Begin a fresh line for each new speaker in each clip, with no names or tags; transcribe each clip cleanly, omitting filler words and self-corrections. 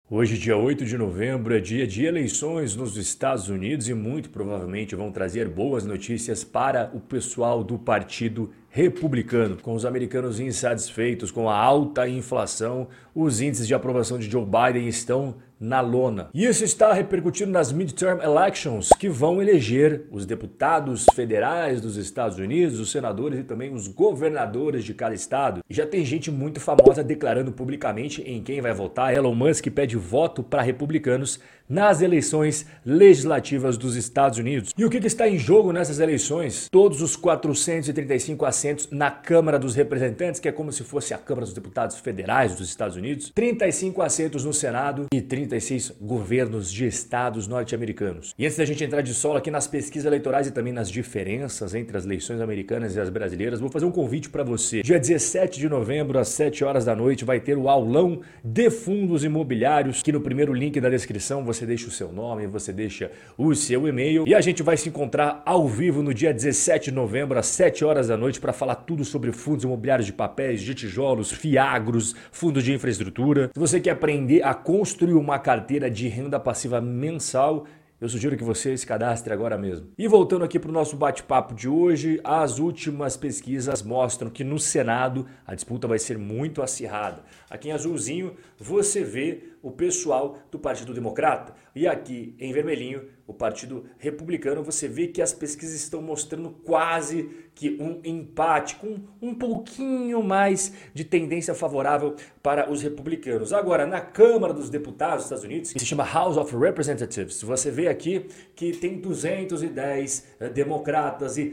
Hoje, dia 8 de novembro, é dia de eleições nos Estados Unidos e muito provavelmente vão trazer boas notícias para o pessoal do Partido Republicano. Com os americanos insatisfeitos com a alta inflação, os índices de aprovação de Joe Biden estão na lona. E isso está repercutindo nas midterm elections, que vão eleger os deputados federais dos Estados Unidos, os senadores e também os governadores de cada estado. E já tem gente muito famosa declarando publicamente em quem vai votar. Elon Musk pede voto para republicanos nas eleições legislativas dos Estados Unidos. E o que está em jogo nessas eleições? Todos os 435 assentos na Câmara dos Representantes, que é como se fosse a Câmara dos Deputados Federais dos Estados Unidos, 35 assentos no Senado e 36 governos de estados norte-americanos. E antes da gente entrar de solo aqui nas pesquisas eleitorais e também nas diferenças entre as eleições americanas e as brasileiras, vou fazer um convite para você. Dia 17 de novembro, às 7 horas da noite, vai ter o aulão de fundos imobiliários, que no primeiro link da descrição você deixa o seu nome, você deixa o seu e-mail e a gente vai se encontrar ao vivo no dia 17 de novembro, às 7 horas da noite, para falar tudo sobre fundos imobiliários de papéis, de tijolos, fiagros, fundos de infraestrutura. Se você quer aprender a construir uma carteira de renda passiva mensal, eu sugiro que você se cadastre agora mesmo. E voltando aqui para o nosso bate-papo de hoje, as últimas pesquisas mostram que no Senado a disputa vai ser muito acirrada. Aqui em azulzinho você vê o pessoal do Partido Democrata e aqui em vermelhinho o Partido Republicano. Você vê que as pesquisas estão mostrando quase que um empate, com um pouquinho mais de tendência favorável para os republicanos. Agora, na Câmara dos Deputados dos Estados Unidos, que se chama House of Representatives, você vê aqui que tem 210 democratas e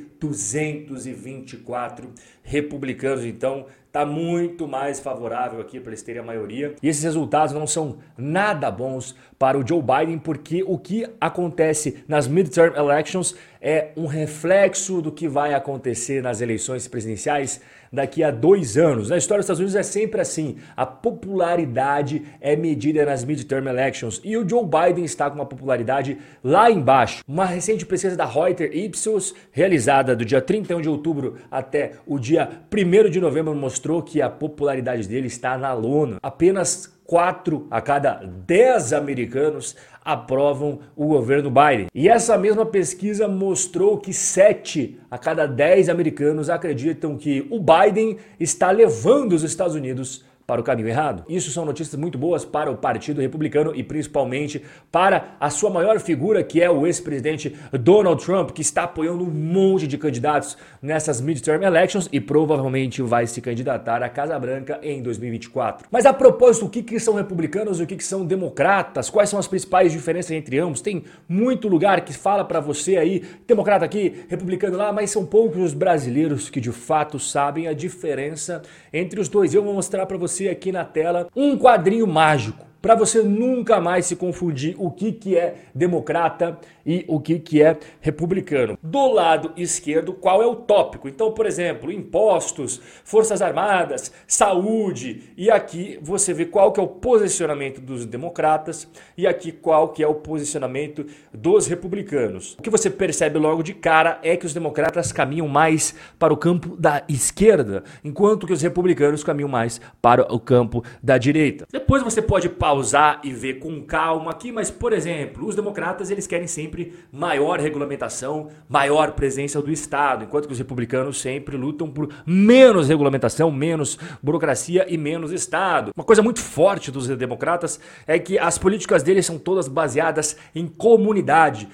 224 republicanos. Então, está muito mais favorável aqui para eles terem a maioria. E esses resultados não são nada bons para o Joe Biden, porque o que acontece nas midterm elections é um reflexo do que vai acontecer nas eleições presidenciais daqui a 2 anos. Na história dos Estados Unidos é sempre assim. A popularidade é medida nas midterm elections e o Joe Biden está com uma popularidade lá embaixo. Uma recente pesquisa da Reuters Ipsos, realizada do dia 31 de outubro até o dia 1º de novembro, mostrou que a popularidade dele está na lona. Apenas 4 a cada 10 americanos aprovam o governo Biden. E essa mesma pesquisa mostrou que 7 a cada 10 americanos acreditam que o Biden está levando os Estados Unidos para o caminho errado. Isso são notícias muito boas para o Partido Republicano e principalmente para a sua maior figura, que é o ex-presidente Donald Trump, que está apoiando um monte de candidatos nessas midterm elections e provavelmente vai se candidatar à Casa Branca em 2024. Mas a propósito, o que são republicanos e o que são democratas? Quais são as principais diferenças entre ambos? Tem muito lugar que fala para você aí, democrata aqui, republicano lá, mas são poucos os brasileiros que de fato sabem a diferença entre os dois. Eu vou mostrar para você aqui na tela um quadrinho mágico para você nunca mais se confundir o que é democrata e o que é republicano. Do lado esquerdo, qual é o tópico? Então, por exemplo, impostos, forças armadas, saúde, e aqui você vê qual que é o posicionamento dos democratas e aqui qual que é o posicionamento dos republicanos. O que você percebe logo de cara é que os democratas caminham mais para o campo da esquerda, enquanto que os republicanos caminham mais para o campo da direita. Depois você pode pausar e ver com calma aqui, mas, por exemplo, os democratas eles querem sempre maior regulamentação, maior presença do Estado, enquanto que os republicanos sempre lutam por menos regulamentação, menos burocracia e menos Estado. Uma coisa muito forte dos democratas é que as políticas deles são todas baseadas em comunidade,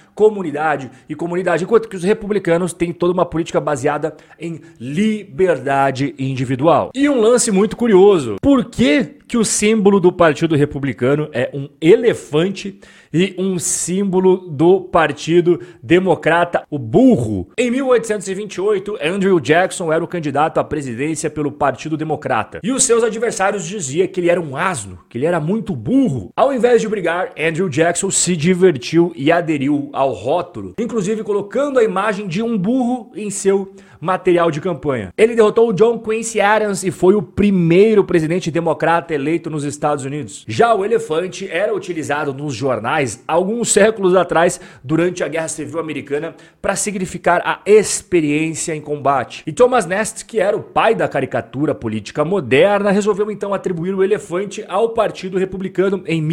enquanto que os republicanos têm toda uma política baseada em liberdade individual. E um lance muito curioso, por que o símbolo do Partido Republicano é um elefante e um símbolo do Partido Democrata, o burro? Em 1828, Andrew Jackson era o candidato à presidência pelo Partido Democrata. E os seus adversários diziam que ele era um asno, que ele era muito burro. Ao invés de brigar, Andrew Jackson se divertiu e aderiu ao rótulo, inclusive colocando a imagem de um burro em seu material de campanha. Ele derrotou o John Quincy Adams e foi o primeiro presidente democrata eleito nos Estados Unidos. Já o elefante era utilizado nos jornais alguns séculos atrás, durante a Guerra Civil Americana, para significar a experiência em combate. E Thomas Nast, que era o pai da caricatura política moderna, resolveu então atribuir o elefante ao Partido Republicano em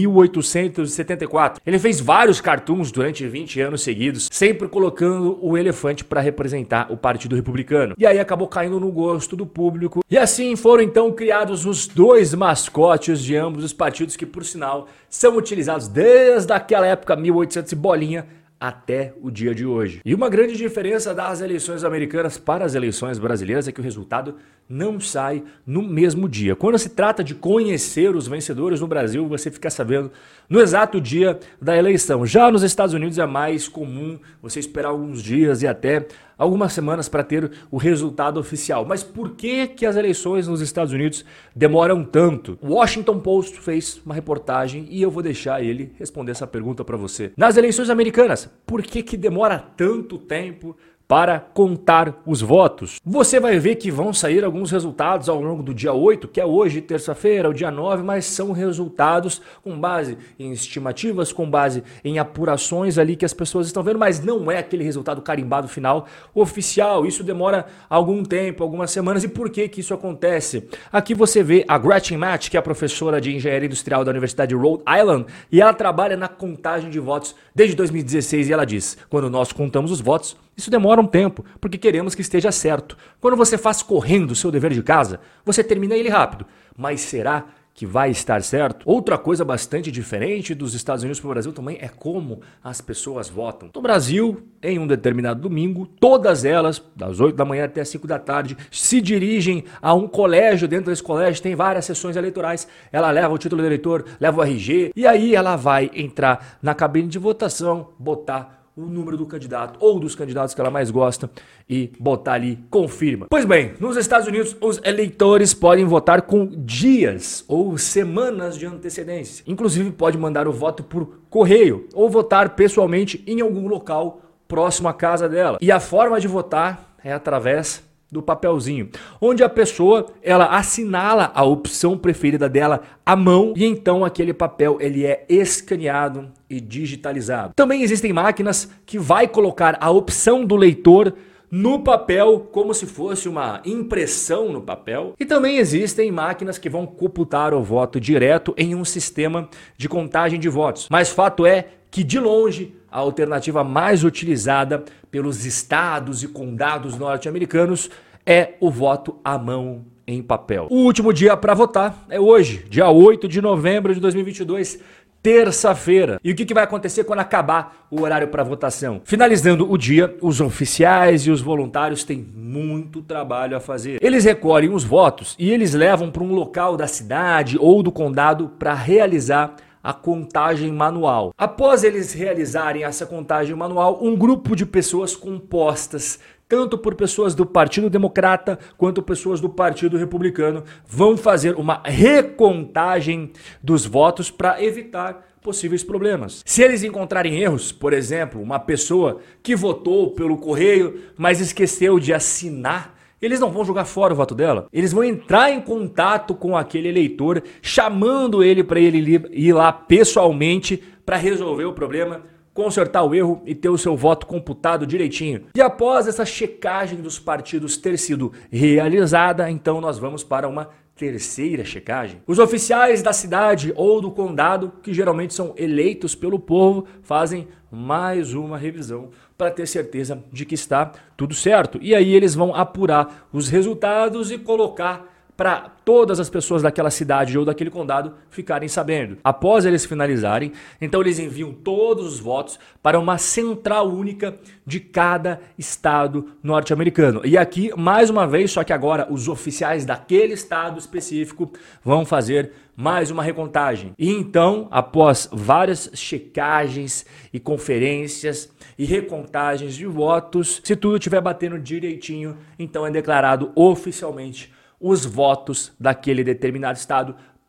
1874. Ele fez vários cartoons durante 20 anos seguidos, sempre colocando o elefante para representar o Partido Republicano. E aí acabou caindo no gosto do público. E assim foram então criados os dois mascotes de ambos os partidos, que por sinal são utilizados desde aquela época, 1800 e bolinha, até o dia de hoje. E uma grande diferença das eleições americanas para as eleições brasileiras é que o resultado não sai no mesmo dia. Quando se trata de conhecer os vencedores no Brasil, você fica sabendo no exato dia da eleição. Já nos Estados Unidos é mais comum você esperar alguns dias e até algumas semanas para ter o resultado oficial. Mas por que as eleições nos Estados Unidos demoram tanto? O Washington Post fez uma reportagem e eu vou deixar ele responder essa pergunta para você. Nas eleições americanas, por que demora tanto tempo para contar os votos? Você vai ver que vão sair alguns resultados ao longo do dia 8, que é hoje, terça-feira, o dia 9, mas são resultados com base em estimativas, com base em apurações ali que as pessoas estão vendo, mas não é aquele resultado carimbado final oficial. Isso demora algum tempo, algumas semanas. E por que isso acontece? Aqui você vê a Gretchen Matt, que é a professora de engenharia industrial da Universidade de Rhode Island, e ela trabalha na contagem de votos desde 2016, e ela diz: quando nós contamos os votos, isso demora um tempo, porque queremos que esteja certo. Quando você faz correndo o seu dever de casa, você termina ele rápido. Mas será que vai estar certo? Outra coisa bastante diferente dos Estados Unidos para o Brasil também é como as pessoas votam. No Brasil, em um determinado domingo, todas elas, das 8 da manhã até as 5 da tarde, se dirigem a um colégio. Dentro desse colégio tem várias sessões eleitorais. Ela leva o título de eleitor, leva o RG, e aí ela vai entrar na cabine de votação, botar o número do candidato ou dos candidatos que ela mais gosta e botar ali, confirma. Pois bem, nos Estados Unidos, os eleitores podem votar com dias ou semanas de antecedência. Inclusive, pode mandar o voto por correio ou votar pessoalmente em algum local próximo à casa dela. E a forma de votar é através do papelzinho, onde a pessoa ela assinala a opção preferida dela à mão, e então aquele papel ele é escaneado e digitalizado. Também existem máquinas que vai colocar a opção do leitor no papel, como se fosse uma impressão no papel. E também existem máquinas que vão computar o voto direto em um sistema de contagem de votos. Mas fato é que, de longe, a alternativa mais utilizada pelos estados e condados norte-americanos é o voto à mão em papel. O último dia para votar é hoje, dia 8 de novembro de 2022, terça-feira. E o que vai acontecer quando acabar o horário para votação? Finalizando o dia, os oficiais e os voluntários têm muito trabalho a fazer. Eles recolhem os votos e eles levam para um local da cidade ou do condado para realizar a contagem manual. Após eles realizarem essa contagem manual, um grupo de pessoas compostas tanto por pessoas do Partido Democrata quanto pessoas do Partido Republicano vão fazer uma recontagem dos votos para evitar possíveis problemas. Se eles encontrarem erros, por exemplo, uma pessoa que votou pelo correio, mas esqueceu de assinar, eles não vão jogar fora o voto dela. Eles vão entrar em contato com aquele eleitor, chamando ele para ele ir lá pessoalmente para resolver o problema, consertar o erro e ter o seu voto computado direitinho. E após essa checagem dos partidos ter sido realizada, então nós vamos para uma terceira checagem. Os oficiais da cidade ou do condado, que geralmente são eleitos pelo povo, fazem mais uma revisão para ter certeza de que está tudo certo. E aí eles vão apurar os resultados e colocar para todas as pessoas daquela cidade ou daquele condado ficarem sabendo. Após eles finalizarem, então eles enviam todos os votos para uma central única de cada estado norte-americano. E aqui, mais uma vez, só que agora os oficiais daquele estado específico vão fazer mais uma recontagem. E então, após várias checagens e conferências e recontagens de votos, se tudo estiver batendo direitinho, então é declarado oficialmente os votos daquele determinado estado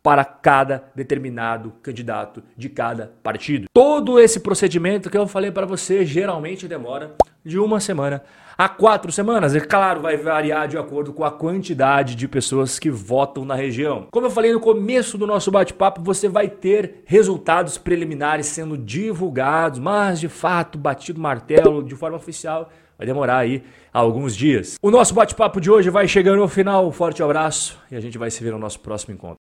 para cada determinado candidato de cada partido. Todo esse procedimento que eu falei para você geralmente demora de 1 semana a 4 semanas. É claro, vai variar de acordo com a quantidade de pessoas que votam na região. Como eu falei no começo do nosso bate-papo, você vai ter resultados preliminares sendo divulgados, mas de fato, batido martelo de forma oficial, vai demorar aí alguns dias. O nosso bate-papo de hoje vai chegando ao final. Um forte abraço e a gente vai se ver no nosso próximo encontro.